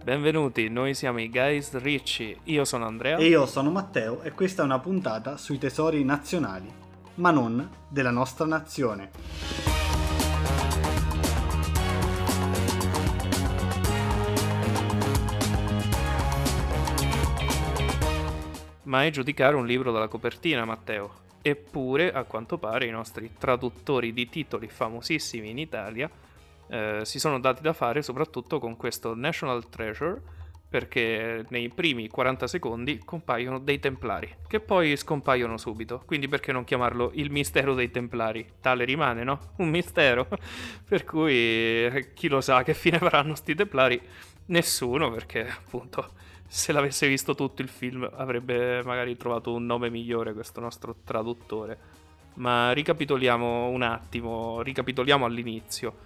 benvenuti, noi siamo i Guys Ricci, io sono Andrea. E io sono Matteo e questa è una puntata sui tesori nazionali, ma non della nostra nazione. Mai giudicare un libro dalla copertina, Matteo. Eppure, a quanto pare, i nostri traduttori di titoli famosissimi in Italia si sono dati da fare soprattutto con questo National Treasure, perché nei primi 40 secondi compaiono dei templari, che poi scompaiono subito. Quindi perché non chiamarlo il mistero dei templari? Tale rimane, no? Un mistero. Per cui chi lo sa che fine faranno sti templari? Nessuno, perché appunto se l'avesse visto tutto il film avrebbe magari trovato un nome migliore questo nostro traduttore. Ma ricapitoliamo un attimo, ricapitoliamo all'inizio.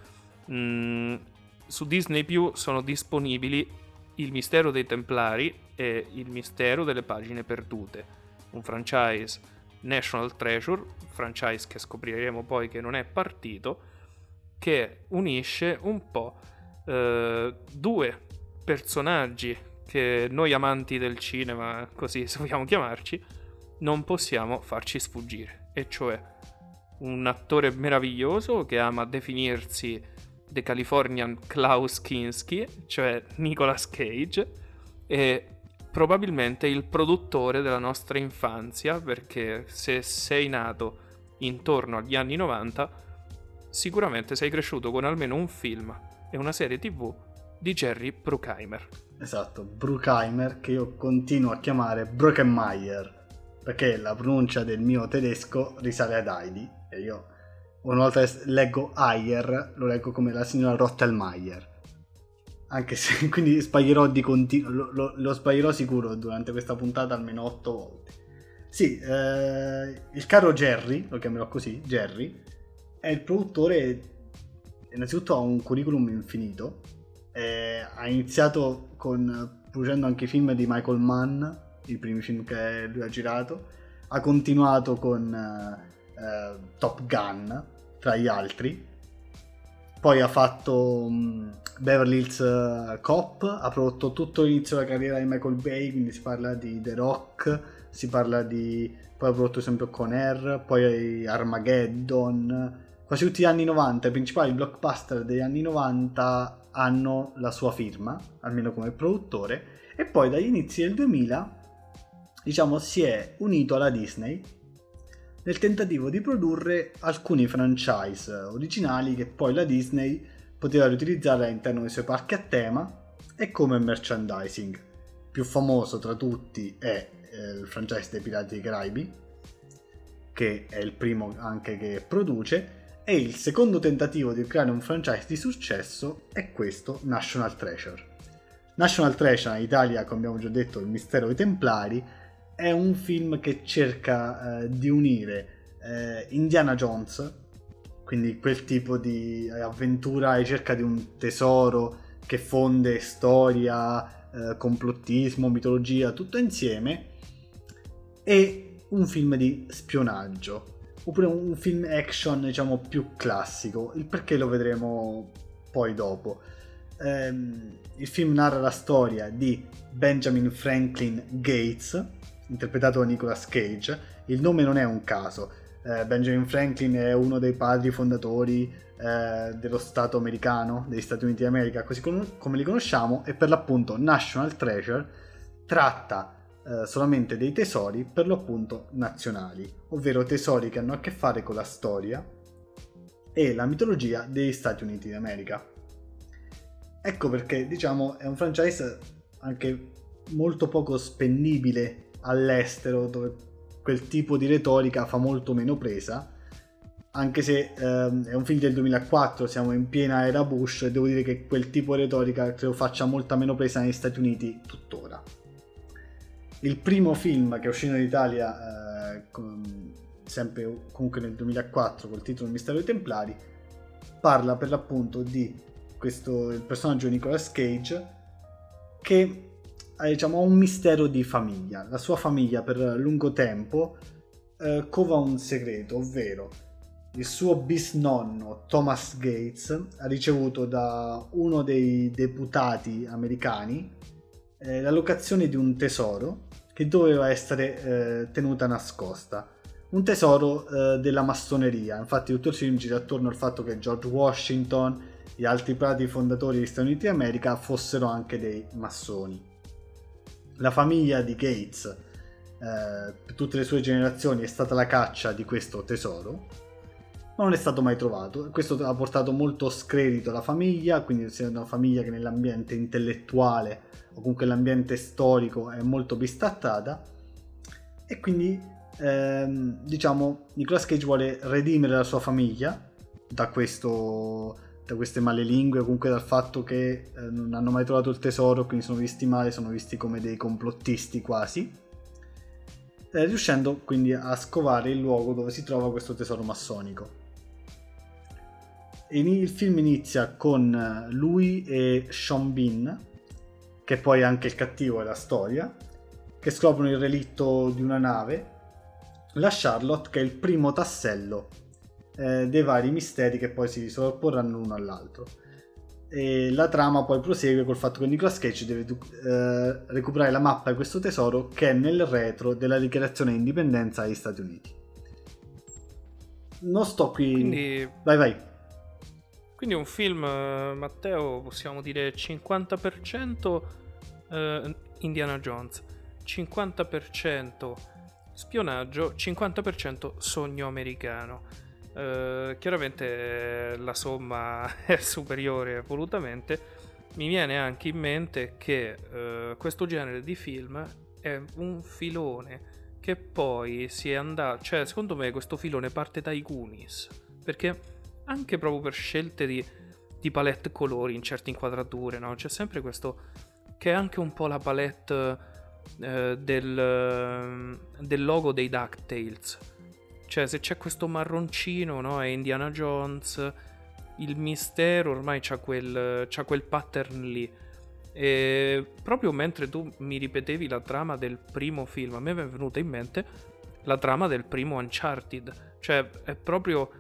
Su Disney Più sono disponibili Il mistero dei Templari e Il mistero delle pagine perdute, un franchise National Treasure, franchise che scopriremo poi che non è partito, che unisce un po' due personaggi che noi amanti del cinema, così se vogliamo chiamarci, non possiamo farci sfuggire, e cioè un attore meraviglioso che ama definirsi The Californian Klaus Kinski, cioè Nicolas Cage, e probabilmente il produttore della nostra infanzia, perché se sei nato intorno agli anni 90 sicuramente sei cresciuto con almeno un film e una serie TV di Jerry Bruckheimer. Esatto, Bruckheimer, che io continuo a chiamare Brockenmeier, perché la pronuncia del mio tedesco risale ad Heidi, e io una volta leggo Ayer, lo leggo come la signora Rottelmeier. Anche se quindi sbaglierò di continuo, lo sbaglierò sicuro durante questa puntata almeno 8 volte. Sì, il caro Jerry, lo chiamerò così, Jerry, è il produttore, innanzitutto ha un curriculum infinito. Ha iniziato producendo anche i film di Michael Mann, i primi film che lui ha girato. Ha continuato con Top Gun, tra gli altri. Poi ha fatto Beverly Hills Cop, ha prodotto tutto l'inizio della carriera di Michael Bay, quindi si parla di The Rock, si parla di... poi ha prodotto esempio Con Air, poi Armageddon, quasi tutti gli anni 90, i principali blockbuster degli anni 90 hanno la sua firma, almeno come produttore, e poi dagli inizi del 2000, diciamo, si è unito alla Disney nel tentativo di produrre alcuni franchise originali che poi la Disney poteva riutilizzare all'interno dei suoi parchi a tema e come merchandising. Più famoso tra tutti è il franchise dei Pirati dei Caraibi, che è il primo anche che produce, e il secondo tentativo di creare un franchise di successo è questo National Treasure. National Treasure in Italia, come abbiamo già detto, Il mistero dei Templari, è un film che cerca di unire Indiana Jones, quindi quel tipo di avventura e ricerca di un tesoro che fonde storia, complottismo, mitologia, tutto insieme, e un film di spionaggio, oppure un film action, diciamo, più classico. Il perché lo vedremo poi dopo. Il film narra la storia di Benjamin Franklin Gates, interpretato da Nicolas Cage. Il nome non è un caso. Benjamin Franklin è uno dei padri fondatori dello Stato americano, degli Stati Uniti d'America, così come li conosciamo, e per l'appunto National Treasure tratta solamente dei tesori per l'appunto nazionali, ovvero tesori che hanno a che fare con la storia e la mitologia degli Stati Uniti d'America. Ecco perché, diciamo, è un franchise anche molto poco spendibile all'estero, dove quel tipo di retorica fa molto meno presa, anche se è un film del 2004, siamo in piena era Bush, e devo dire che quel tipo di retorica credo faccia molta meno presa negli Stati Uniti tuttora. Il primo film che è uscito in Italia, sempre comunque nel 2004, col titolo Il mistero dei Templari, parla per l'appunto di il personaggio di Nicolas Cage che diciamo, ha un mistero di famiglia. La sua famiglia per lungo tempo cova un segreto, ovvero il suo bisnonno Thomas Gates ha ricevuto da uno dei deputati americani l'allocazione di un tesoro che doveva essere tenuta nascosta, un tesoro della massoneria. Infatti tutto il film gira attorno al fatto che George Washington e gli altri padri fondatori degli Stati Uniti d'America fossero anche dei massoni. La famiglia di Gates per tutte le sue generazioni è stata la caccia di questo tesoro, ma non è stato mai trovato. Questo ha portato molto scredito alla famiglia, quindi è una famiglia che nell'ambiente intellettuale o comunque l'ambiente storico è molto bistrattata, e quindi diciamo Nicolas Cage vuole redimere la sua famiglia da queste malelingue, comunque dal fatto che non hanno mai trovato il tesoro, quindi sono visti male, sono visti come dei complottisti quasi, riuscendo quindi a scovare il luogo dove si trova questo tesoro massonico. Il film inizia con lui e Sean Bean, che poi è anche il cattivo della storia, che scoprono il relitto di una nave, la Charlotte, che è il primo tassello dei vari misteri che poi si sovrapporranno l'uno all'altro. E la trama poi prosegue col fatto che Nicolas Cage deve recuperare la mappa di questo tesoro, che è nel retro della dichiarazione di indipendenza degli Stati Uniti. Non sto qui... Quindi... Vai. Quindi un film, Matteo, possiamo dire 50% Indiana Jones, 50% spionaggio, 50% sogno americano. Chiaramente la somma è superiore volutamente. Mi viene anche in mente che questo genere di film è un filone che poi si è andato... Cioè, secondo me questo filone parte dai Goonies, perché... anche proprio per scelte di palette colori in certe inquadrature, no? C'è sempre questo che è anche un po' la palette del logo dei DuckTales. Cioè, se c'è questo marroncino, no? È Indiana Jones, il mistero ormai c'ha quel pattern lì. E proprio mentre tu mi ripetevi la trama del primo film, a me è venuta in mente la trama del primo Uncharted. Cioè, è proprio...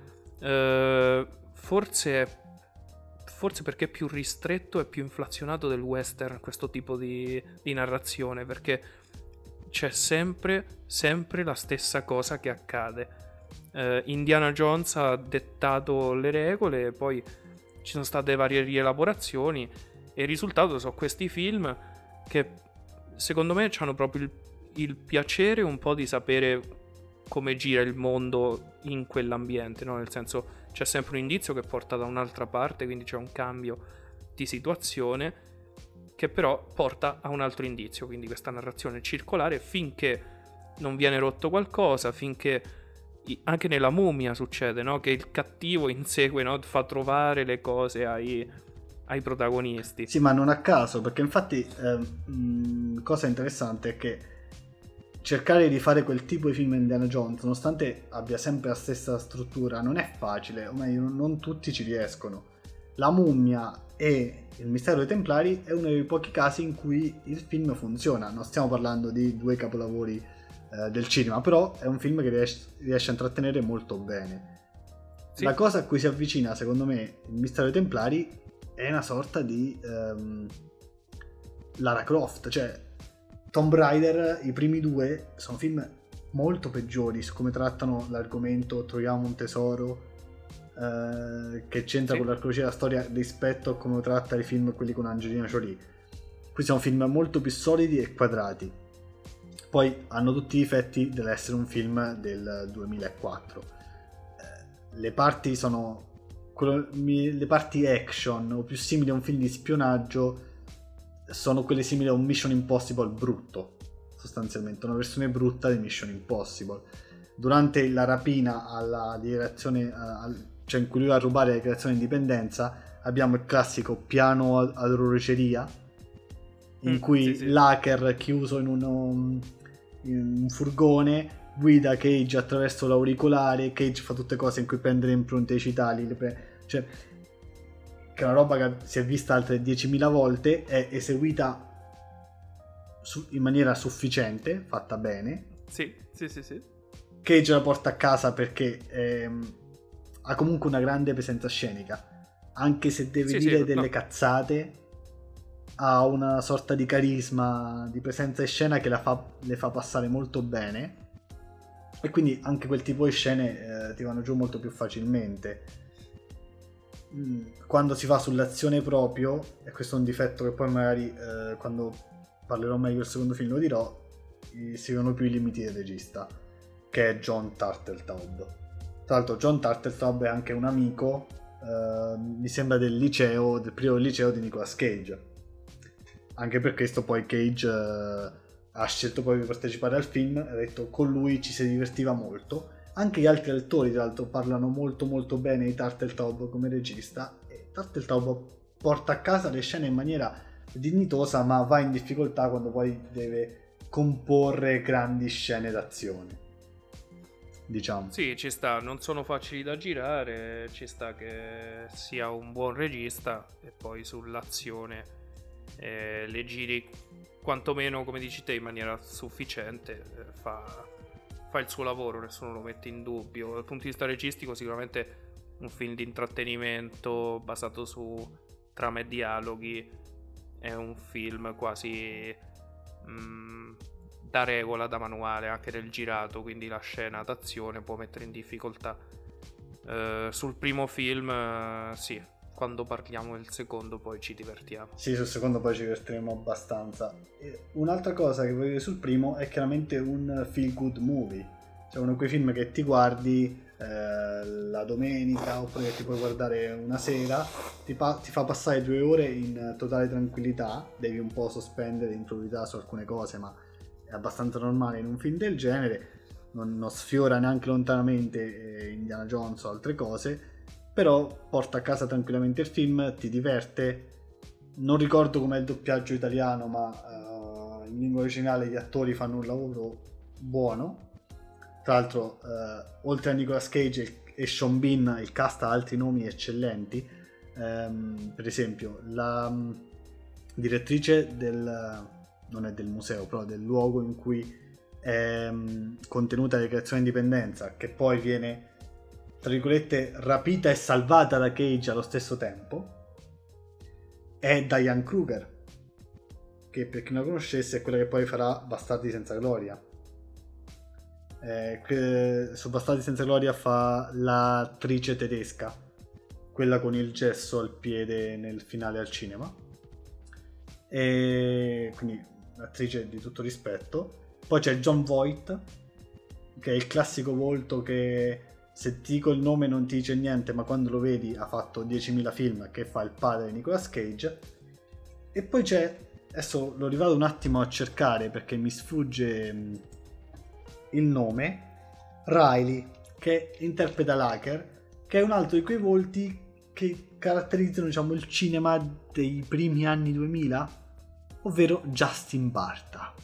forse perché è più ristretto e più inflazionato del western questo tipo di narrazione, perché c'è sempre la stessa cosa che accade. Indiana Jones ha dettato le regole, poi ci sono state varie rielaborazioni e il risultato sono questi film che secondo me hanno proprio il piacere un po' di sapere come gira il mondo in quell'ambiente, no? Nel senso, c'è sempre un indizio che porta da un'altra parte, quindi c'è un cambio di situazione che però porta a un altro indizio, quindi questa narrazione circolare finché non viene rotto qualcosa, finché anche nella Mummia succede, no? Che il cattivo insegue, no? Fa trovare le cose ai protagonisti. Sì, ma non a caso, perché infatti cosa interessante è che cercare di fare quel tipo di film Indiana Jones, nonostante abbia sempre la stessa struttura, non è facile, o meglio, non tutti ci riescono. La Mummia e il Mistero dei Templari è uno dei pochi casi in cui il film funziona. Non stiamo parlando di due capolavori del cinema, però è un film che riesce a intrattenere molto bene. Sì. La cosa a cui si avvicina, secondo me, il Mistero dei Templari è una sorta di Lara Croft, cioè Tomb Raider, i primi due sono film molto peggiori su come trattano l'argomento troviamo un tesoro, che c'entra con l'archeologia della storia, rispetto a come tratta i film quelli con Angelina Jolie. Qui sono film molto più solidi e quadrati, poi hanno tutti i difetti dell'essere un film del 2004. Le parti sono le parti action o più simili a un film di spionaggio sono quelle simili a un Mission Impossible brutto, sostanzialmente una versione brutta di Mission Impossible. Durante la rapina alla dichiarazione, cioè in cui lui va a rubare la dichiarazione di indipendenza, abbiamo il classico piano all'orologeria in cui l'hacker chiuso in un furgone guida Cage attraverso l'auricolare. Cage fa tutte cose in cui prende le impronte digitali, cioè che è una roba che si è vista altre 10.000 volte, è eseguita in maniera sufficiente, fatta bene. Sì. Cage la porta a casa perché ha comunque una grande presenza scenica, anche se deve Sì, dire delle no. cazzate, ha una sorta di carisma, di presenza in scena che le fa passare molto bene, e quindi anche quel tipo di scene ti vanno giù molto più facilmente. Quando si va sull'azione proprio, e questo è un difetto che poi magari quando parlerò meglio del secondo film lo dirò, si vedono più i limiti del regista, che è John Turteltaub. Tra l'altro John Turteltaub è anche un amico, mi sembra del liceo, del primo liceo di Nicolas Cage. Anche per questo poi Cage ha scelto poi di partecipare al film, ha detto con lui ci si divertiva molto. Anche gli altri attori tra l'altro parlano molto molto bene di Turteltaub come regista, e Turteltaub porta a casa le scene in maniera dignitosa, ma va in difficoltà quando poi deve comporre grandi scene d'azione, diciamo. Sì, ci sta, non sono facili da girare, ci sta che sia un buon regista, e poi sull'azione le giri quantomeno, come dici te, in maniera sufficiente, fa il suo lavoro, nessuno lo mette in dubbio. Dal punto di vista registico sicuramente un film di intrattenimento basato su trama e dialoghi, è un film quasi da regola, da manuale, anche nel girato, quindi la scena d'azione può mettere in difficoltà. Sul primo film sì, quando parliamo del secondo poi ci divertiamo. Sì, sul secondo poi ci divertiremo abbastanza. E un'altra cosa che voglio dire sul primo è chiaramente un feel good movie, cioè uno di quei film che ti guardi la domenica, oppure che ti puoi guardare una sera, ti fa passare 2 ore in totale tranquillità, devi un po' sospendere l'improvvisità su alcune cose, ma è abbastanza normale in un film del genere, non sfiora neanche lontanamente Indiana Jones o altre cose, però porta a casa tranquillamente il film, ti diverte. Non ricordo com'è il doppiaggio italiano, ma in lingua originale gli attori fanno un lavoro buono. Tra l'altro oltre a Nicolas Cage e Sean Bean, il cast ha altri nomi eccellenti. Per esempio la direttrice non è del museo, però del luogo in cui è contenuta la Creazione Indipendenza, che poi viene tra virgolette rapita e salvata da Cage allo stesso tempo, è Diane Kruger, che per chi non la conoscesse è quella che poi farà Bastardi senza gloria. Su Bastardi senza gloria fa l'attrice tedesca, quella con il gesso al piede nel finale al cinema, e quindi un'attrice di tutto rispetto. Poi c'è John Voight, che è il classico volto che se ti dico il nome non ti dice niente, ma quando lo vedi ha fatto 10.000 film, che fa il padre di Nicolas Cage. E poi c'è, adesso lo rivado un attimo a cercare perché mi sfugge il nome, Riley, che interpreta l'hacker, che è un altro di quei volti che caratterizzano, diciamo, il cinema dei primi anni 2000, ovvero Justin Bartha.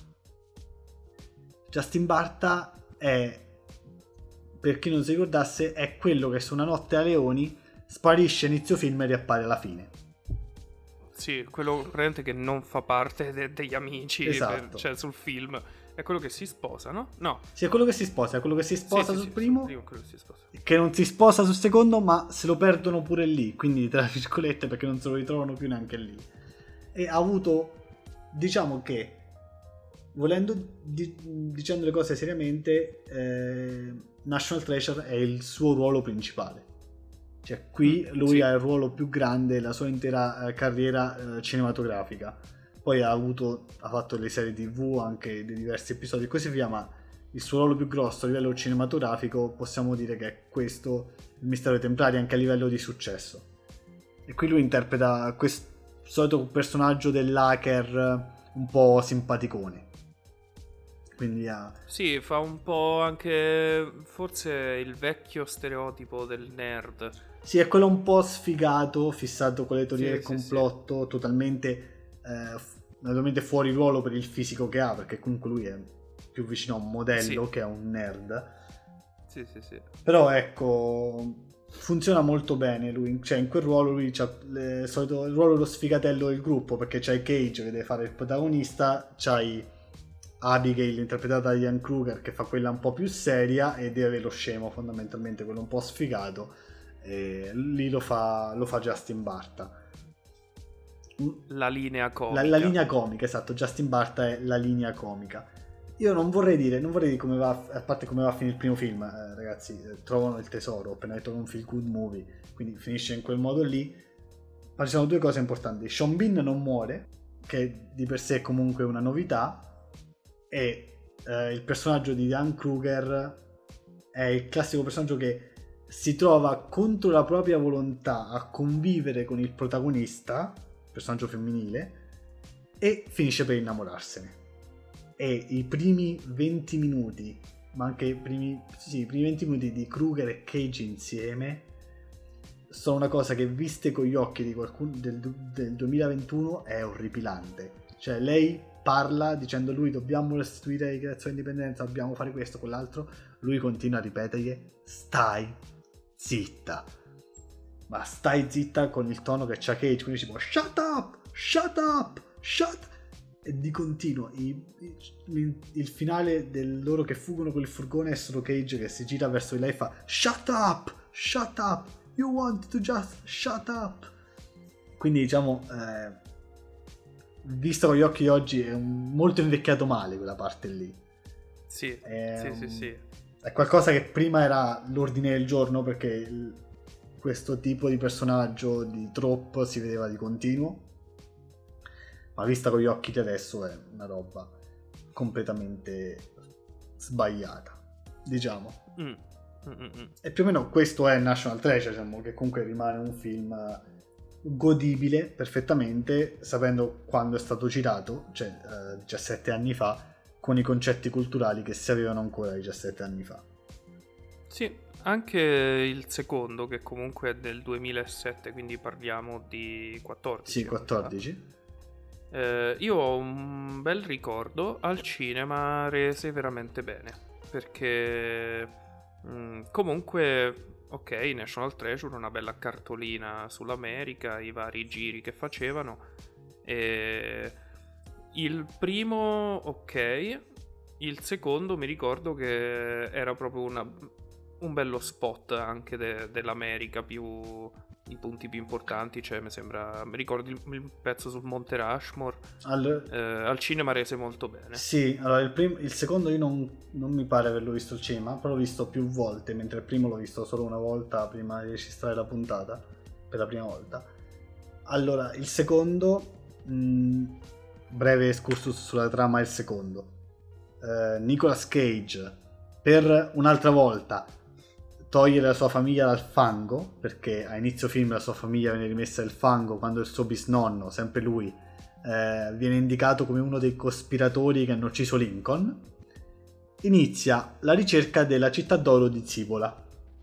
Justin Bartha è, per chi non si ricordasse, è quello che su Una notte a leoni sparisce inizio film e riappare alla fine. Sì, quello praticamente che non fa parte degli amici, Esatto. cioè sul film. È quello che si sposa, no? No. Sì, è quello che si sposa, è quello che si sposa sul primo, quello che si sposa. che non si sposa sul secondo, ma se lo perdono pure lì, quindi tra virgolette, perché non se lo ritrovano più neanche lì. E ha avuto, diciamo che, volendo, dicendo le cose seriamente, National Treasure è il suo ruolo principale. Cioè qui lui sì. ha il ruolo più grande della sua intera carriera cinematografica. Poi ha fatto le serie TV anche di diversi episodi e così via, ma il suo ruolo più grosso a livello cinematografico possiamo dire che è questo, il Mistero dei Templari, anche a livello di successo. E qui lui interpreta questo solito personaggio dell'hacker un po' simpaticone. Quindi Sì, fa un po' anche forse il vecchio stereotipo del nerd. sì, è quello un po' sfigato, fissato con le teorie del Sì, complotto, totalmente naturalmente fuori ruolo per il fisico che ha, perché comunque lui è più vicino a un modello che a un nerd. Sì. Però ecco, funziona molto bene lui, cioè in quel ruolo lui c'ha il ruolo dello sfigatello del gruppo, perché c'hai Cage che deve fare il protagonista, c'hai Abigail interpretata da Diane Kruger che fa quella un po' più seria e deve avere lo scemo, fondamentalmente quello un po' sfigato, e lì lo fa Justin Barta. La linea comica. La linea comica, esatto, Justin Barta è la linea comica. Io non vorrei dire come va, a parte come va a finire il primo film, ragazzi, trovano il tesoro, ho appena detto un feel good movie, quindi finisce in quel modo lì. Ma ci sono due cose importanti: Sean Bean non muore, che di per sé è comunque una novità, e il personaggio di Dan Kruger è il classico personaggio che si trova contro la propria volontà a convivere con il protagonista, personaggio femminile, e finisce per innamorarsene. E i primi 20 minuti, ma anche i primi 20 minuti di Kruger e Cage insieme sono una cosa che, viste con gli occhi di qualcuno del 2021, è orripilante. Cioè, lei parla dicendo a lui: dobbiamo restituire la dichiarazione di indipendenza, dobbiamo fare questo, quell'altro. Lui continua a ripetergli: stai zitta. Ma stai zitta con il tono che c'ha Cage, quindi tipo shut up, shut up, shut. E di continuo il finale del loro che fuggono con il furgone è solo Cage che si gira verso di lei e fa shut up, you want to just shut up. Quindi diciamo, visto con gli occhi di oggi, è molto invecchiato male quella parte lì. Sì. È qualcosa che prima era l'ordine del giorno, perché questo tipo di personaggio di trope si vedeva di continuo, ma vista con gli occhi di adesso è una roba completamente sbagliata, diciamo. E più o meno questo è National Treasure, diciamo, che comunque rimane un film godibile perfettamente, sapendo quando è stato girato, cioè 17 anni fa, con i concetti culturali che si avevano ancora 17 anni fa. Sì, anche il secondo, che comunque è del 2007, quindi parliamo di 14. Sì, 14. Io ho un bel ricordo al cinema, rese veramente bene, perché comunque, ok, National Treasure, una bella cartolina sull'America, i vari giri che facevano, e il primo ok, il secondo mi ricordo che era proprio un bello spot anche dell'America, più i punti più importanti, cioè mi ricordo il pezzo sul Monte Rushmore, al cinema rese molto bene. Sì, allora il secondo io non mi pare averlo visto al cinema, però l'ho visto più volte, mentre il primo l'ho visto solo una volta prima di registrare la puntata, per la prima volta. Allora, il secondo, breve excursus sulla trama del secondo. Nicolas Cage, per un'altra volta, togliere la sua famiglia dal fango, perché a inizio film la sua famiglia viene rimessa nel fango quando il suo bisnonno, sempre lui, viene indicato come uno dei cospiratori che hanno ucciso Lincoln. Inizia la ricerca della città d'oro di Cibola,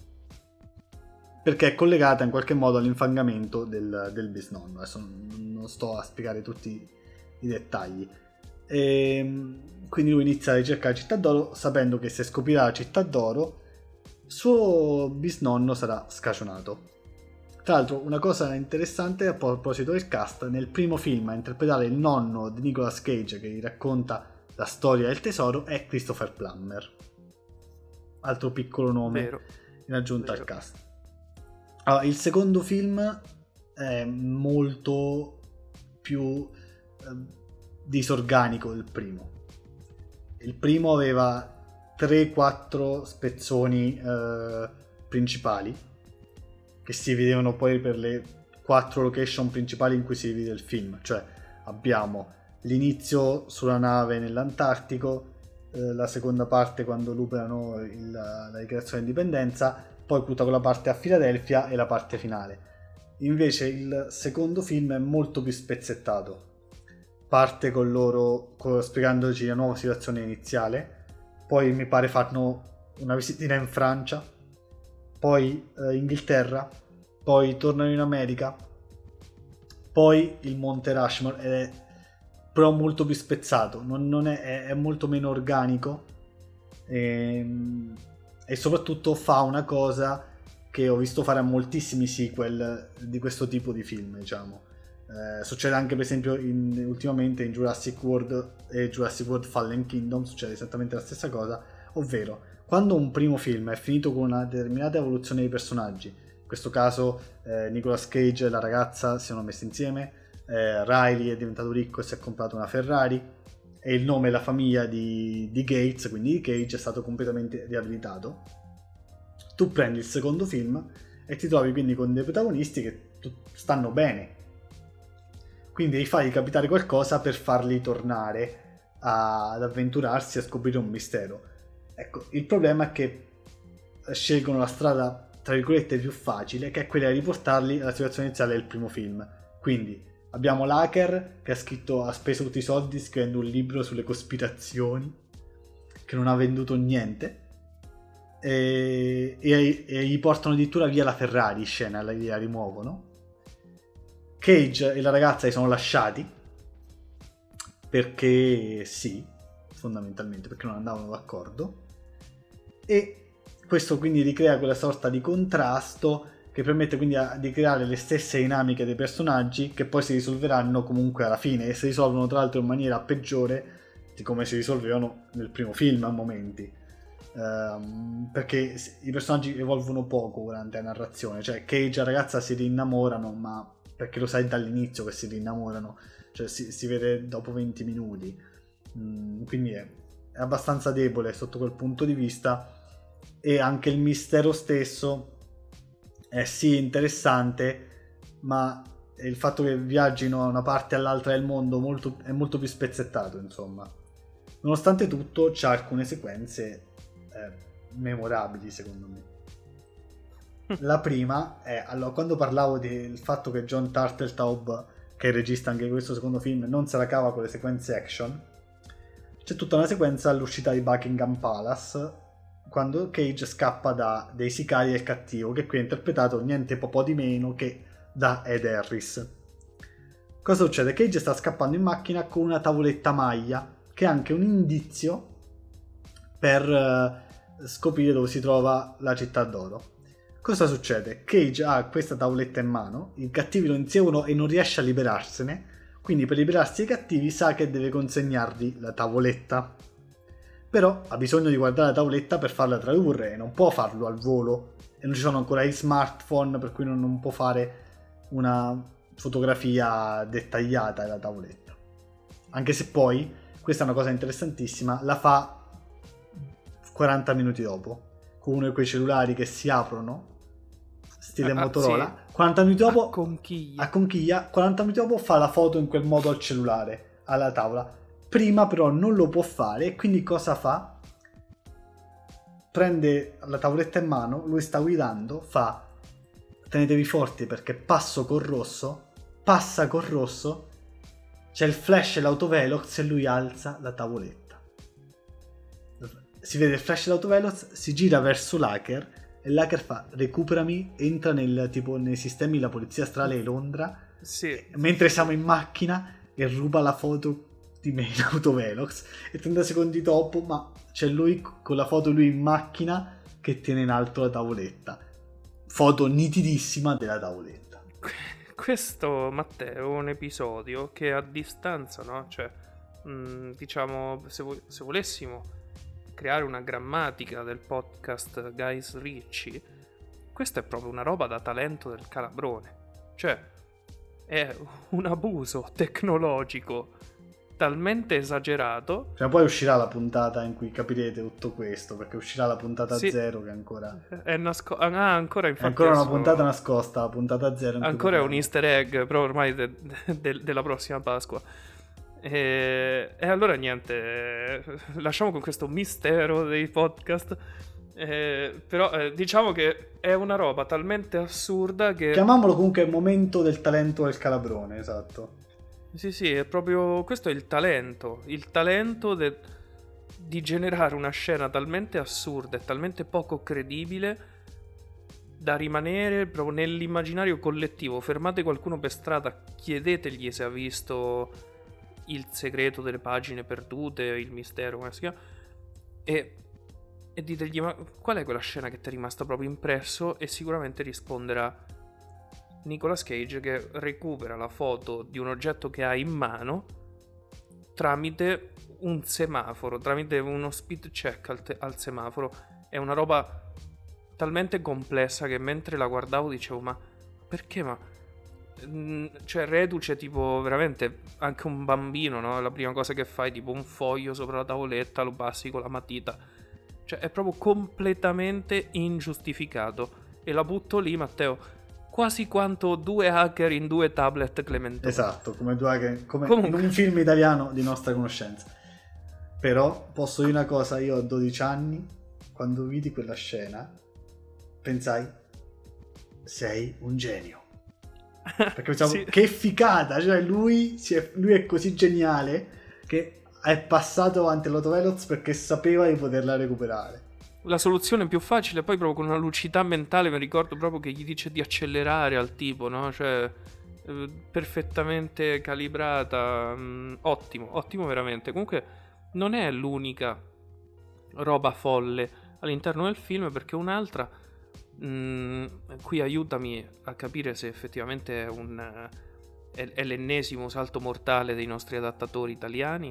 perché è collegata in qualche modo all'infangamento del bisnonno. Adesso non sto a spiegare tutti i dettagli. Quindi lui inizia a ricercare la città d'oro, sapendo che se scoprirà la città d'oro suo bisnonno sarà scagionato. Tra l'altro, una cosa interessante a proposito del cast: nel primo film a interpretare il nonno di Nicolas Cage, che gli racconta la storia del tesoro, è Christopher Plummer, altro piccolo nome vero, in aggiunta vero. Al cast. Allora, il secondo film è molto più disorganico del primo. Il primo aveva 3-4 spezzoni principali che si vedevano poi per le 4 location principali in cui si divide il film. Cioè abbiamo l'inizio sulla nave nell'Antartico, la seconda parte quando luperano la dichiarazione di indipendenza, poi tutta quella parte a Filadelfia e la parte finale. Invece il secondo film è molto più spezzettato, parte con loro spiegandoci la nuova situazione iniziale, poi mi pare fanno una visitina in Francia, poi Inghilterra, poi tornano in America, poi il Monte Rushmore, è però molto più spezzato, non è molto meno organico, e soprattutto fa una cosa che ho visto fare a moltissimi sequel di questo tipo di film, diciamo. Succede anche per esempio ultimamente in Jurassic World e Jurassic World Fallen Kingdom, succede esattamente la stessa cosa, ovvero quando un primo film è finito con una determinata evoluzione dei personaggi, questo caso Nicolas Cage e la ragazza si sono messi insieme, Riley è diventato ricco e si è comprato una Ferrari, e il nome e la famiglia di Gates, quindi di Cage, è stato completamente riabilitato. Tu prendi il secondo film e ti trovi quindi con dei protagonisti che stanno bene, quindi devi fargli capitare qualcosa per farli tornare ad avventurarsi a scoprire un mistero. Ecco, il problema è che scelgono la strada tra virgolette più facile, che è quella di riportarli alla situazione iniziale del primo film. Quindi abbiamo l'hacker che ha speso tutti i soldi scrivendo un libro sulle cospirazioni, che non ha venduto niente, e gli portano addirittura via la Ferrari in scena, la rimuovono. Cage e la ragazza si sono lasciati perché sì, fondamentalmente perché non andavano d'accordo, e questo quindi ricrea quella sorta di contrasto che permette quindi di creare le stesse dinamiche dei personaggi, che poi si risolveranno comunque alla fine, e si risolvono tra l'altro in maniera peggiore di come si risolvevano nel primo film a momenti, perché i personaggi evolvono poco durante la narrazione. Cioè Cage e la ragazza si rinnamorano, ma perché lo sai dall'inizio che si rinnamorano, cioè si vede dopo 20 minuti, quindi è abbastanza debole sotto quel punto di vista. E anche il mistero stesso è sì interessante, ma il fatto che viaggino da una parte all'altra del mondo è molto più spezzettato, insomma. Nonostante tutto c'ha alcune sequenze memorabili secondo me. La prima è, allora, quando parlavo del fatto che John Turteltaub, che è il regista anche di questo secondo film, non se la cava con le sequenze action, c'è tutta una sequenza all'uscita di Buckingham Palace quando Cage scappa da dei sicari del cattivo, che qui è interpretato niente po' di meno che da Ed Harris. Cosa succede? Cage sta scappando in macchina con una tavoletta maglia, che è anche un indizio per scoprire dove si trova la città d'oro. Cosa succede? Cage ha questa tavoletta in mano, i cattivi lo inseguono e non riesce a liberarsene, quindi per liberarsi dai cattivi sa che deve consegnargli la tavoletta. Però ha bisogno di guardare la tavoletta per farla tradurre e non può farlo al volo, e non ci sono ancora i smartphone, per cui non può fare una fotografia dettagliata della tavoletta. Anche se poi, questa è una cosa interessantissima, la fa 40 minuti dopo, con uno di quei cellulari che si aprono, stile Motorola. Sì. 40 minuti dopo a conchiglia, 40 minuti dopo fa la foto in quel modo al cellulare, alla tavola. Prima però non lo può fare, quindi cosa fa? Prende la tavoletta in mano, lui sta guidando, fa: tenetevi forti perché passa col rosso, c'è il flash e l'autovelox e lui alza la tavoletta. Si vede il flash e l'autovelox, si gira verso l'hacker e l'hacker fa: recuperami, entra nei sistemi della polizia stradale di Londra, sì, mentre siamo in macchina, e ruba la foto di me in autovelox, e 30 secondi dopo ma c'è lui con la foto, lui in macchina che tiene in alto la tavoletta, foto nitidissima della tavoletta. Questo, Matteo, è un episodio che a distanza, no? Cioè, diciamo, se volessimo creare una grammatica del podcast Guys Ricci, questa è proprio una roba da talento del Calabrone. Cioè, è un abuso tecnologico talmente esagerato. Cioè, poi uscirà la puntata in cui capirete tutto questo, perché uscirà la puntata 0 che ancora è ancora infatti è ancora una puntata nascosta, la puntata 0 ancora è un easter egg, però ormai della prossima Pasqua. E allora niente, lasciamo con questo mistero dei podcast. Però diciamo che è una roba talmente assurda che, chiamiamolo comunque il momento del talento del Calabrone, esatto. Sì, è proprio questo, è il talento di generare una scena talmente assurda e talmente poco credibile da rimanere proprio nell'immaginario collettivo. Fermate qualcuno per strada, chiedetegli se ha visto Il segreto delle pagine perdute, Il mistero, come si chiama, e ditegli: ma qual è quella scena che ti è rimasta proprio impresso? E sicuramente risponderà Nicolas Cage, che recupera la foto di un oggetto che ha in mano tramite un semaforo, tramite uno speed check al semaforo. È una roba talmente complessa che mentre la guardavo dicevo ma perché? Cioè reduce tipo veramente anche un bambino, no? La prima cosa che fai tipo un foglio sopra la tavoletta, lo passi con la matita, cioè è proprio completamente ingiustificato e la butto lì, Matteo, quasi quanto 2 hacker in 2 tablet Clementone. Esatto, come Comunque. in un film italiano di nostra conoscenza. Però posso dire una cosa, io a 12 anni, quando vidi quella scena, pensai, sei un genio. Perché pensavo, Sì. che figata, cioè lui è così geniale che è passato avanti all'autovelox perché sapeva di poterla recuperare. La soluzione più facile, poi proprio con una lucidità mentale, mi ricordo proprio che gli dice di accelerare al tipo, no? Cioè, perfettamente calibrata, ottimo veramente. Comunque non è l'unica roba folle all'interno del film, perché un'altra, qui aiutami a capire se effettivamente è l'ennesimo salto mortale dei nostri adattatori italiani,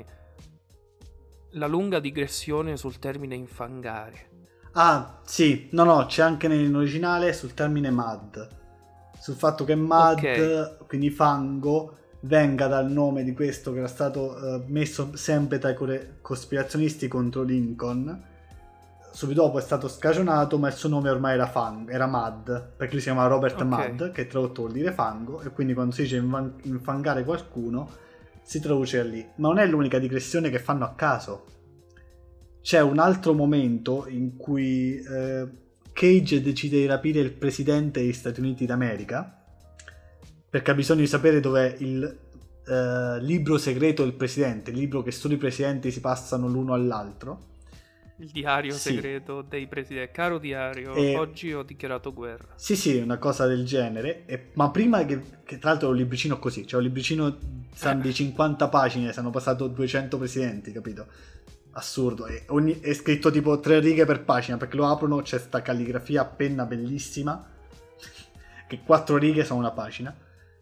la lunga digressione sul termine infangare. Ah, sì, no, c'è anche nell'originale sul termine mud. Sul fatto che mud, Ok. quindi fango, venga dal nome di questo che era stato messo sempre tra i cospirazionisti contro Lincoln. Subito dopo è stato scagionato, ma il suo nome ormai era Mud, perché lui si chiama Robert Mudd, che tradotto vuol dire fango, e quindi quando si dice infangare qualcuno si traduce lì. Ma non è l'unica digressione che fanno a caso. C'è un altro momento in cui Cage decide di rapire il presidente degli Stati Uniti d'America perché ha bisogno di sapere dov'è il libro segreto del presidente, il libro che solo i presidenti si passano l'uno all'altro. Il diario segreto dei presidenti. Caro diario, oggi ho dichiarato guerra. Sì, una cosa del genere. Ma prima che tra l'altro è un libricino così, cioè un libricino di 50 pagine, si hanno passato 200 presidenti, capito? Assurdo. È scritto tipo 3 righe per pagina, perché lo aprono, c'è sta calligrafia a penna bellissima, che 4 righe sono una pagina.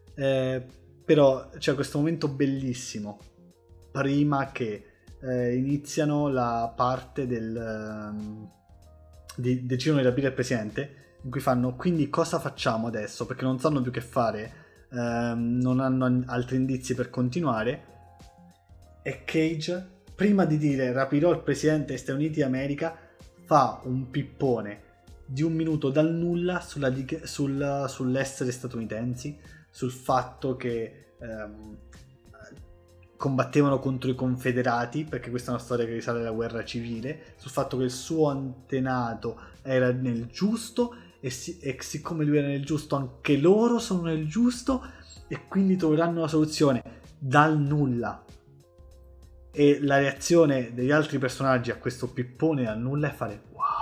Però c'è questo momento bellissimo, prima che iniziano la parte decidono di rapire il presidente, in cui fanno quindi cosa facciamo adesso, perché non sanno più che fare, non hanno altri indizi per continuare, e Cage, prima di dire rapirò il presidente degli Stati Uniti d'America, fa un pippone di 1 minuto dal nulla sull'essere statunitensi, sul fatto che combattevano contro i confederati, perché questa è una storia che risale alla guerra civile, sul fatto che il suo antenato era nel giusto e siccome lui era nel giusto anche loro sono nel giusto e quindi troveranno una soluzione dal nulla. E la reazione degli altri personaggi a questo pippone dal nulla è fare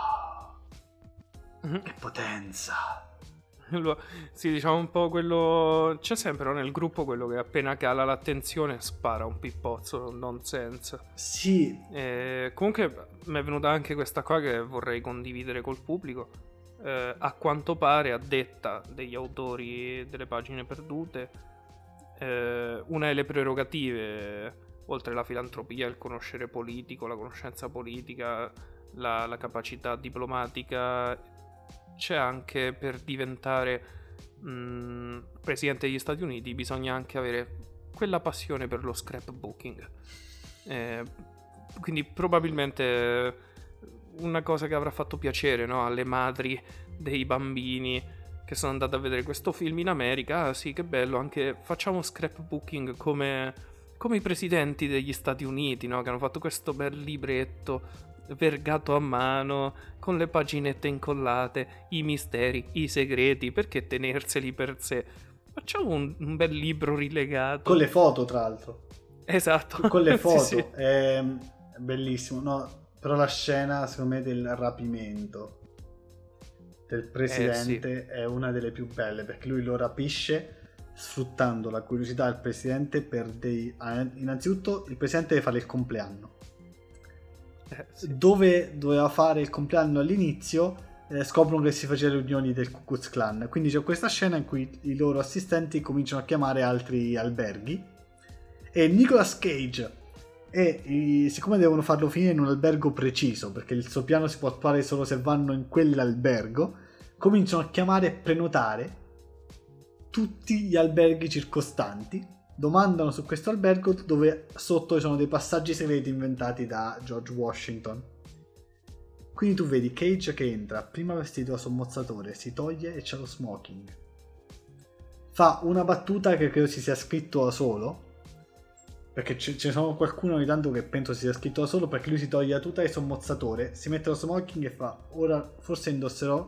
wow, che potenza. Sì, diciamo un po' quello. C'è sempre, no, nel gruppo quello che appena cala l'attenzione spara un pippozzo nonsense. Sì. Comunque mi è venuta anche questa qua che vorrei condividere col pubblico. A quanto pare, a detta degli autori delle pagine perdute, una delle prerogative, oltre alla filantropia, il conoscere politico, la conoscenza politica, la capacità diplomatica, c'è anche per diventare presidente degli Stati Uniti bisogna anche avere quella passione per lo scrapbooking, quindi probabilmente una cosa che avrà fatto piacere, no, alle madri dei bambini che sono andate a vedere questo film in America. Ah sì, che bello, anche facciamo scrapbooking come i presidenti degli Stati Uniti, no, che hanno fatto questo bel libretto vergato a mano con le paginette incollate, i misteri, i segreti, perché tenerseli per sé? Facciamo un bel libro rilegato con le foto, tra l'altro. Esatto, con le foto. sì. È bellissimo, no? Però la scena secondo me del rapimento del presidente è una delle più belle, perché lui lo rapisce sfruttando la curiosità del presidente per innanzitutto il presidente deve fare il compleanno. Dove doveva fare il compleanno all'inizio, scoprono che si faceva riunioni del Ku Klux Klan, quindi c'è questa scena in cui i loro assistenti cominciano a chiamare altri alberghi e Nicolas Cage e siccome devono farlo finire in un albergo preciso, perché il suo piano si può attuare solo se vanno in quell'albergo, cominciano a chiamare e prenotare tutti gli alberghi circostanti, domandano su questo albergo dove sotto ci sono dei passaggi segreti inventati da George Washington. Quindi tu vedi Cage che entra, prima vestito da sommozzatore, si toglie e c'è lo smoking, fa una battuta che credo si sia scritto da solo, perché ce ne sono qualcuno ogni tanto che penso si sia scritto da solo, perché lui si toglie la tuta di sommozzatore, si mette lo smoking e fa ora forse indosserò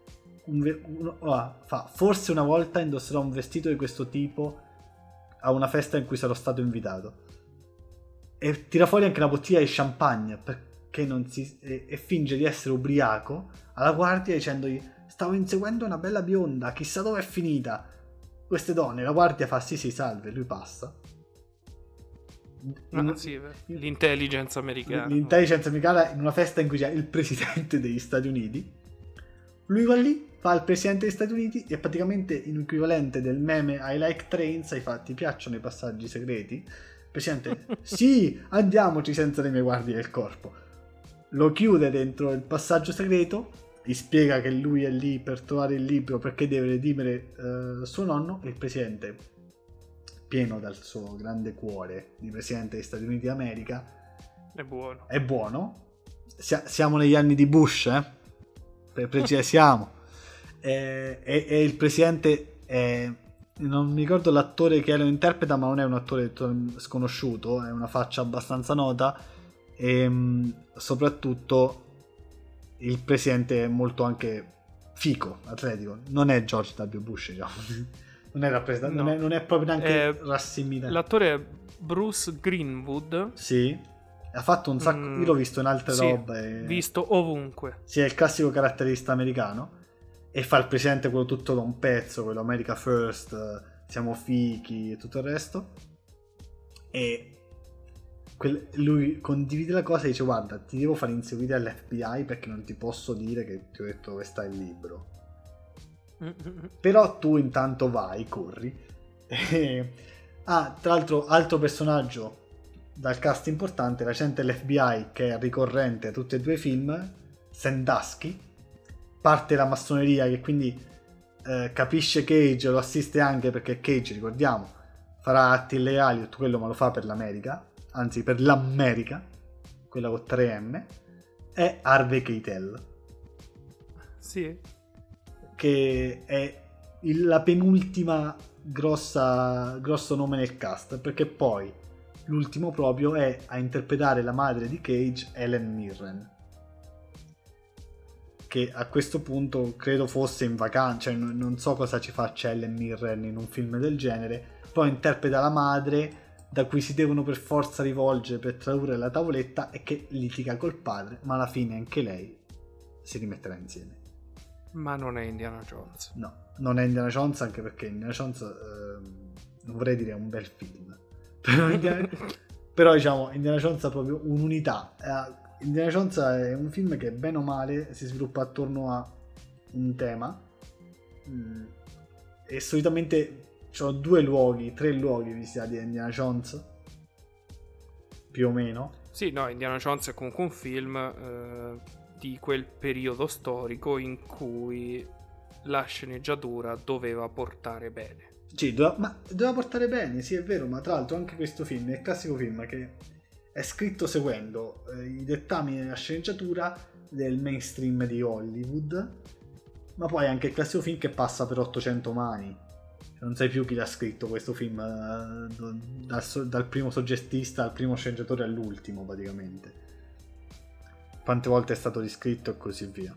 forse una volta indosserò un vestito di questo tipo a una festa in cui sarò stato invitato, e tira fuori anche una bottiglia di champagne perché e finge di essere ubriaco alla guardia dicendogli stavo inseguendo una bella bionda, chissà dove è finita queste donne. La guardia fa sì salve, lui passa. L'intelligence americana in una festa in cui c'è il presidente degli Stati Uniti. Lui va lì, fa il presidente degli Stati Uniti e praticamente in equivalente del meme I like trains, ti piacciono i passaggi segreti? Presidente, sì, andiamoci senza le mie guardie del corpo. Lo chiude dentro il passaggio segreto, gli spiega che lui è lì per trovare il libro perché deve redimere suo nonno, e il presidente, pieno dal suo grande cuore di presidente degli Stati Uniti d'America, è buono. Siamo negli anni di Bush, siamo. E il presidente non mi ricordo l'attore che lo interpreta, ma non è un attore sconosciuto, è una faccia abbastanza nota, e soprattutto il presidente è molto anche fico, atletico, non è George W. Bush, diciamo. Non è rappresentato, no. non è proprio neanche rassimilante. L'attore è Bruce Greenwood. Sì, ha fatto un sacco, io l'ho visto in altre robe. Visto ovunque. Sì, è il classico caratterista americano, e fa il presidente quello tutto da un pezzo, quello America First, siamo fichi e tutto il resto. E lui condivide la cosa e dice guarda, ti devo fare inseguire all'FBI perché non ti posso dire che ti ho detto dove sta il libro. Però tu intanto vai, corri. Tra l'altro, altro personaggio dal cast importante, l'agente dell'FBI che è ricorrente a tutti e due i film, Sandusky, parte la massoneria, che quindi capisce Cage, lo assiste anche perché Cage, ricordiamo, farà atti illegali, tutto quello, ma lo fa per l'America, anzi per l'America, quella con 3M, è Harvey Keitel. Sì. Che è la penultima grosso nome nel cast, perché poi l'ultimo proprio è a interpretare la madre di Cage, Helen Mirren, che a questo punto credo fosse in vacanza, cioè non so cosa ci faccia Helen Mirren in un film del genere, poi interpreta la madre da cui si devono per forza rivolgere per tradurre la tavoletta, e che litiga col padre, ma alla fine anche lei si rimetterà insieme. Ma non è Indiana Jones. No, non è Indiana Jones, anche perché Indiana Jones non vorrei dire è un bel film, però diciamo Indiana Jones ha proprio un'unità. Indiana Jones è un film che bene o male si sviluppa attorno a un tema, e solitamente ci sono 3 luoghi visitati da Indiana Jones, più o meno. Sì, no, Indiana Jones è comunque un film di quel periodo storico in cui la sceneggiatura doveva portare bene. Sì, doveva portare bene, sì, è vero, ma tra l'altro anche questo film è il classico film che è scritto seguendo i dettami della sceneggiatura del mainstream di Hollywood, ma poi anche il classico film che passa per 800 mani. Non sai più chi l'ha scritto questo film, dal primo soggettista al primo sceneggiatore all'ultimo praticamente. Quante volte è stato riscritto e così via.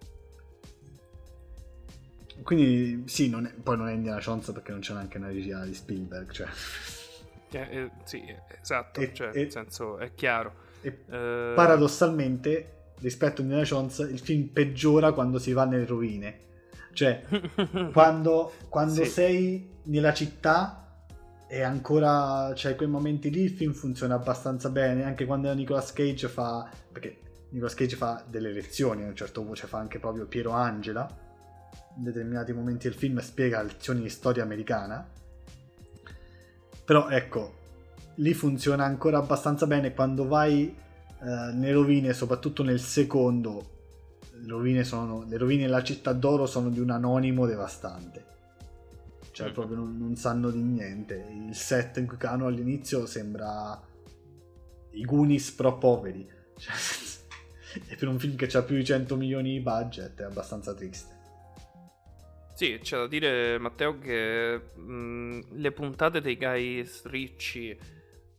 Quindi sì, poi non è Indiana Jones perché non c'è neanche una regia di Spielberg, cioè. Sì, esatto, nel senso è chiaro. Paradossalmente, rispetto a Indiana Jones, il film peggiora quando si va nelle rovine. Cioè, quando sì, sei nella città e ancora c'hai quei momenti lì, il film funziona abbastanza bene, anche quando Nicolas Cage perché Nicolas Cage fa delle lezioni a un certo punto, cioè fa anche proprio Piero Angela in determinati momenti del film, spiega lezioni di storia americana. Però ecco, lì funziona ancora abbastanza bene. Quando vai nelle rovine, soprattutto nel secondo, le rovine della Città d'Oro sono di un anonimo devastante, cioè proprio non sanno di niente. Il set in cui cano all'inizio sembra i Goonies però poveri, cioè, e per un film che ha più di 100 milioni di budget è abbastanza triste. Sì, c'è da dire, Matteo, che le puntate dei Guys Ricci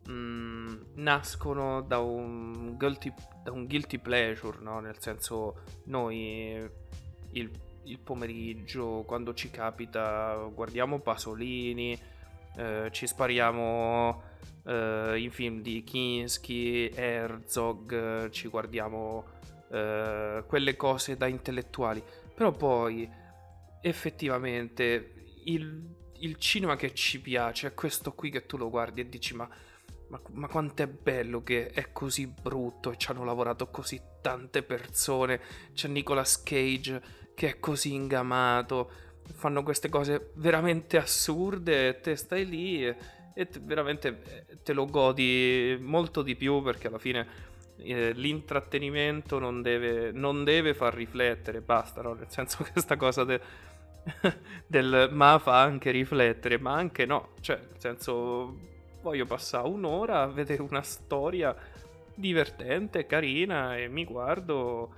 nascono da un guilty pleasure, no? Nel senso, noi il pomeriggio, quando ci capita, guardiamo Pasolini, ci spariamo i film di Kinski, Herzog, ci guardiamo quelle cose da intellettuali. Però poi effettivamente il cinema che ci piace è questo qui, che tu lo guardi e dici ma quanto è bello che è così brutto e ci hanno lavorato così tante persone. C'è Nicolas Cage che è così ingamato, fanno queste cose veramente assurde e te stai lì e veramente te lo godi molto di più, perché alla fine l'intrattenimento non deve far riflettere, basta, no? Nel senso che questa cosa del ma fa anche riflettere, ma anche no, cioè nel senso, voglio passare un'ora a vedere una storia divertente, carina, e mi guardo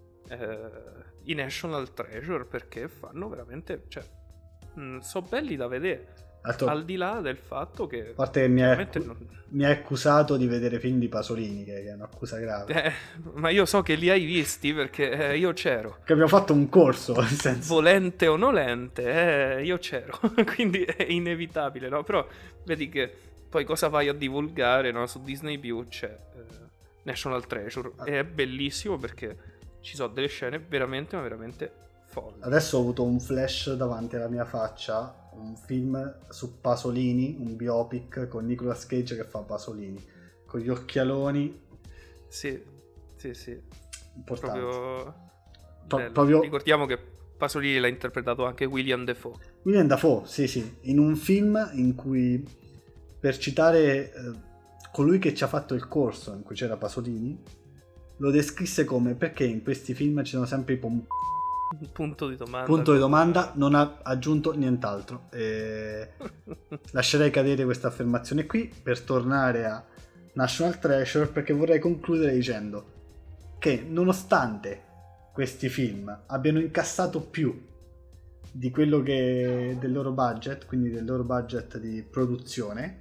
i National Treasure, perché fanno veramente, cioè, sono belli da vedere. Al di là del fatto che, a parte che mi ha accusato di vedere film di Pasolini, che è un'accusa grave. Ma io so che li hai visti, perché io c'ero. Che abbiamo fatto un corso, nel senso. Volente o nolente, io c'ero. Quindi è inevitabile, no? Però vedi che poi cosa vai a divulgare, no? Su Disney Più c'è National Treasure. E è bellissimo perché ci sono delle scene veramente, ma veramente folli. Adesso ho avuto un flash davanti alla mia faccia, un film su Pasolini, un biopic con Nicolas Cage che fa Pasolini, con gli occhialoni. Sì. Importante. Proprio... Ricordiamo che Pasolini l'ha interpretato anche William Dafoe. William Dafoe, sì, in un film in cui, per citare colui che ci ha fatto il corso in cui c'era Pasolini, lo descrisse come: perché in questi film ci sono sempre i punto di domanda, non ha aggiunto nient'altro. Lascerei cadere questa affermazione qui per tornare a National Treasure, perché vorrei concludere dicendo che nonostante questi film abbiano incassato più di quello che del loro budget, quindi del loro budget di produzione,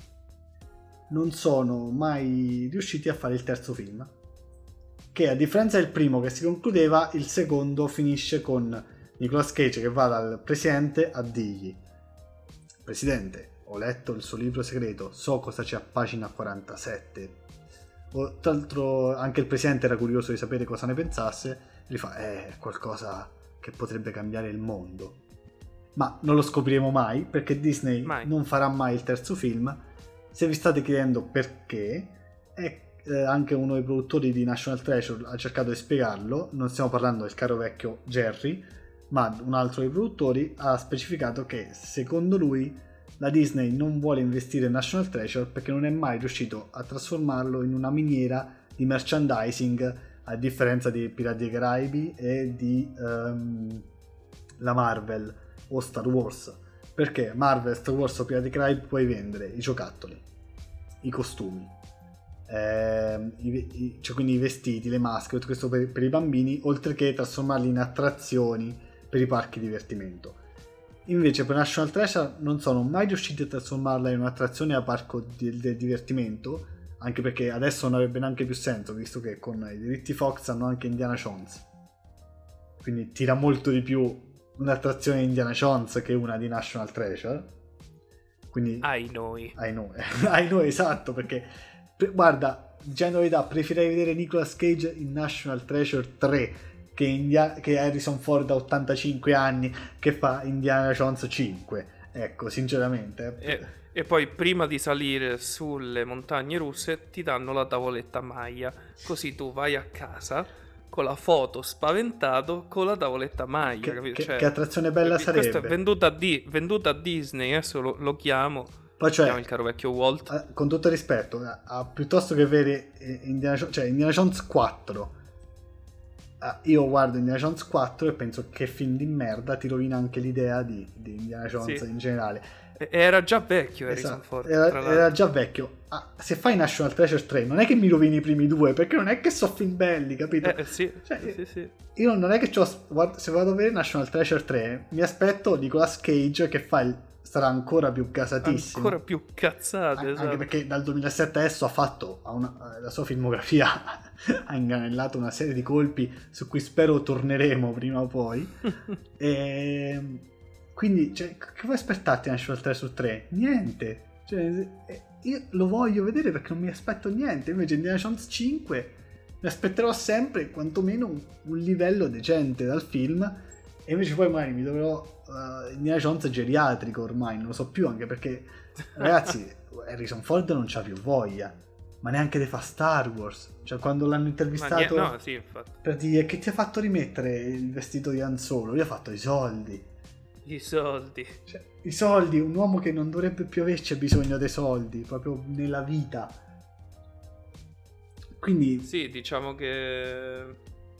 non sono mai riusciti a fare il terzo film, che a differenza del primo che si concludeva, il secondo finisce con Nicolas Cage che va dal presidente a dirgli: Presidente, ho letto il suo libro segreto, so cosa c'è a pagina 47. Tra l'altro anche il presidente era curioso di sapere cosa ne pensasse, e gli fa: è qualcosa che potrebbe cambiare il mondo. Ma non lo scopriremo mai, perché Disney non farà mai il terzo film. Se vi state chiedendo perché, è anche uno dei produttori di National Treasure ha cercato di spiegarlo. Non stiamo parlando del caro vecchio Jerry, ma un altro dei produttori ha specificato che secondo lui la Disney non vuole investire in National Treasure perché non è mai riuscito a trasformarlo in una miniera di merchandising, a differenza di Pirati dei Caraibi e di la Marvel o Star Wars. Perché Marvel, Star Wars o Pirati dei Caraibi puoi vendere i giocattoli, i costumi, cioè quindi i vestiti, le maschere, tutto questo per i bambini, oltre che trasformarli in attrazioni per i parchi divertimento. Invece per National Treasure non sono mai riusciti a trasformarla in un'attrazione a parco del divertimento, anche perché adesso non avrebbe neanche più senso, visto che con i diritti Fox hanno anche Indiana Jones, quindi tira molto di più un'attrazione di Indiana Jones che una di National Treasure. Quindi ai noi esatto, perché guarda, generalità, preferirei vedere Nicolas Cage in National Treasure 3 che Harrison Ford a 85 anni che fa Indiana Jones 5, ecco, sinceramente. E poi prima di salire sulle montagne russe ti danno la tavoletta Maya, così tu vai a casa con la foto spaventato con la tavoletta Maya, capito? Che attrazione bella sarebbe. Questo è venduta a Disney, adesso lo chiamo Poi cioè, il caro vecchio Walt. Con tutto rispetto, piuttosto che avere Indiana Jones 4, io guardo Indiana Jones 4 e penso che film di merda, ti rovina anche l'idea di Indiana Jones in generale. Era già vecchio Harrison Ford. Era già vecchio. Se fai National Treasure 3 non è che mi rovini i primi due, perché non è che so film belli, capito? Sì. Io non è che se vado a vedere National Treasure 3 mi aspetto Nicolas Cage che sarà ancora più gasatissimo, ancora più cazzate, anche esatto. perché dal 2007 adesso ha fatto la sua filmografia ha inganellato una serie di colpi su cui spero torneremo prima o poi. E quindi che vuoi aspettarti National Treasure 3? Niente, io lo voglio vedere perché non mi aspetto niente. Invece Indiana Jones 5 mi aspetterò sempre quantomeno un livello decente dal film, e invece poi magari mi dovrò Indiana Jones geriatrico, ormai non lo so più, anche perché ragazzi Harrison Ford non c'ha più voglia, ma neanche di fa Star Wars. Cioè quando l'hanno intervistato per dire che ti ha fatto rimettere il vestito di Han Solo, lui ha fatto i soldi. I soldi, un uomo che non dovrebbe più averci bisogno dei soldi proprio nella vita. Quindi sì, diciamo che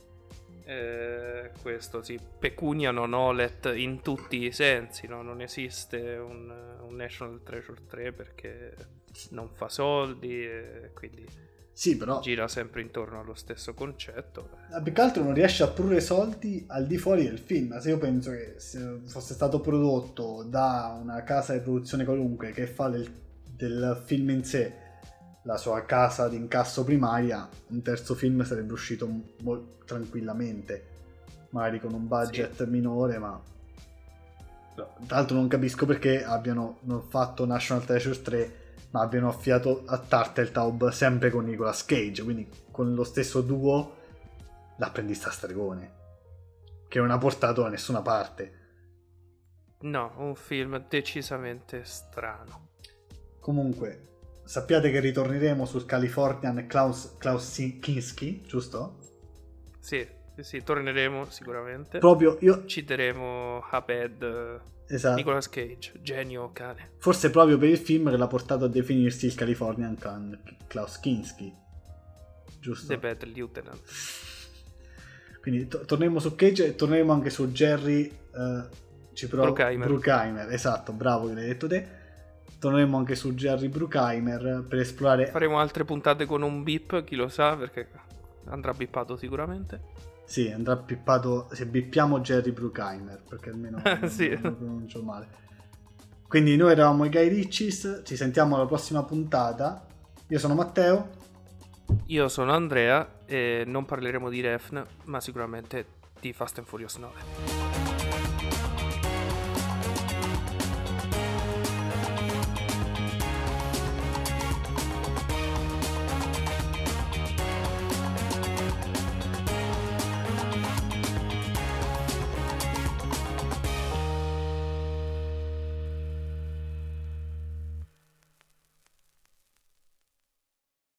questo sì, pecunia non olet in tutti i sensi, no? Non esiste un National Treasure 3 perché non fa soldi e quindi sì, però gira sempre intorno allo stesso concetto. Più che altro non riesce a produrre soldi al di fuori del film. Se io penso che se fosse stato prodotto da una casa di produzione qualunque che fa del film in sé la sua casa di incasso primaria, un terzo film sarebbe uscito tranquillamente, magari con un budget minore, ma tra l'altro non capisco perché abbiano non fatto National Treasure 3 ma abbiano affiato a Turteltaub sempre con Nicolas Cage, quindi con lo stesso duo l'apprendista stregone, che non ha portato da nessuna parte. No, un film decisamente strano. Comunque sappiate che ritorneremo sul Californian Klaus Kinski, giusto? Sì, torneremo sicuramente. Proprio io citeremo Abed, esatto. Nicolas Cage, genio cane. Forse proprio per il film che l'ha portato a definirsi il Californian Klaus Kinski, giusto? The Bad Lieutenant. Quindi torneremo su Cage e torneremo anche su Jerry Bruckheimer. Esatto, bravo che l'hai detto te. Torneremo anche su Jerry Bruckheimer per esplorare. Faremo altre puntate con un beep, chi lo sa, perché andrà bippato sicuramente. Sì, andrà bippato se bippiamo Jerry Bruckheimer, perché almeno sì. non pronuncio male. Quindi noi eravamo i Guy Ritchies, ci sentiamo alla prossima puntata. Io sono Matteo. Io sono Andrea e non parleremo di Refn, ma sicuramente di Fast and Furious 9.